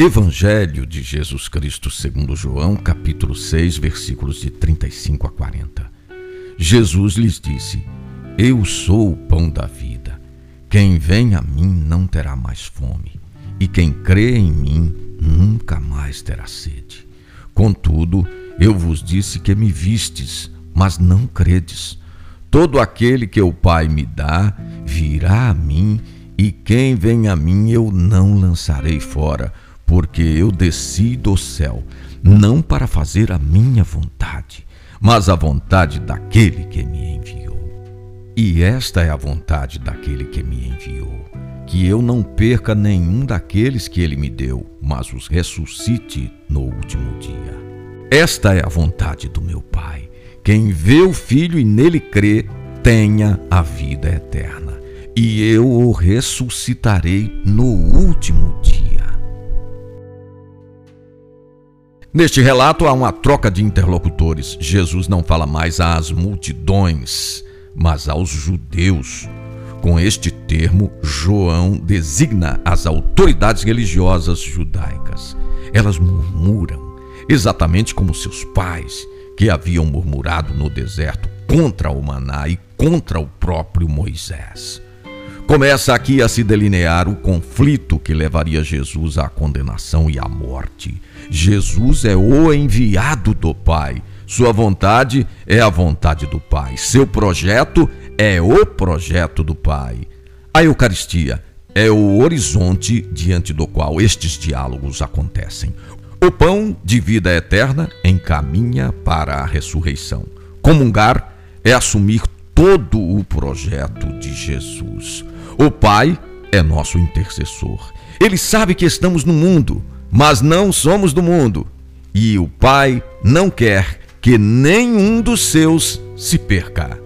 Evangelho de Jesus Cristo segundo João, capítulo 6, versículos de 35 a 40. Jesus lhes disse: Eu sou o pão da vida. Quem vem a mim não terá mais fome, e quem crê em mim nunca mais terá sede. Contudo, eu vos disse que me vistes, mas não credes. Todo aquele que o Pai me dá virá a mim, e quem vem a mim eu não lançarei fora, porque eu desci do céu, não para fazer a minha vontade, mas a vontade daquele que me enviou. E esta é a vontade daquele que me enviou, que eu não perca nenhum daqueles que ele me deu, mas os ressuscite no último dia. Esta é a vontade do meu Pai. Quem vê o Filho e nele crê, tenha a vida eterna, e eu o ressuscitarei no último dia. Neste relato há uma troca de interlocutores. Jesus não fala mais às multidões, mas aos judeus. Com este termo, João designa as autoridades religiosas judaicas. Elas murmuram, exatamente como seus pais, que haviam murmurado no deserto contra o maná e contra o próprio Moisés. Começa aqui a se delinear o conflito que levaria Jesus à condenação e à morte. Jesus é o enviado do Pai. Sua vontade é a vontade do Pai. Seu projeto é o projeto do Pai. A Eucaristia é o horizonte diante do qual estes diálogos acontecem. O pão de vida eterna encaminha para a ressurreição. Comungar é assumir todo o projeto de Jesus. O Pai é nosso intercessor. Ele sabe que estamos no mundo, mas não somos do mundo. E o Pai não quer que nenhum dos seus se perca.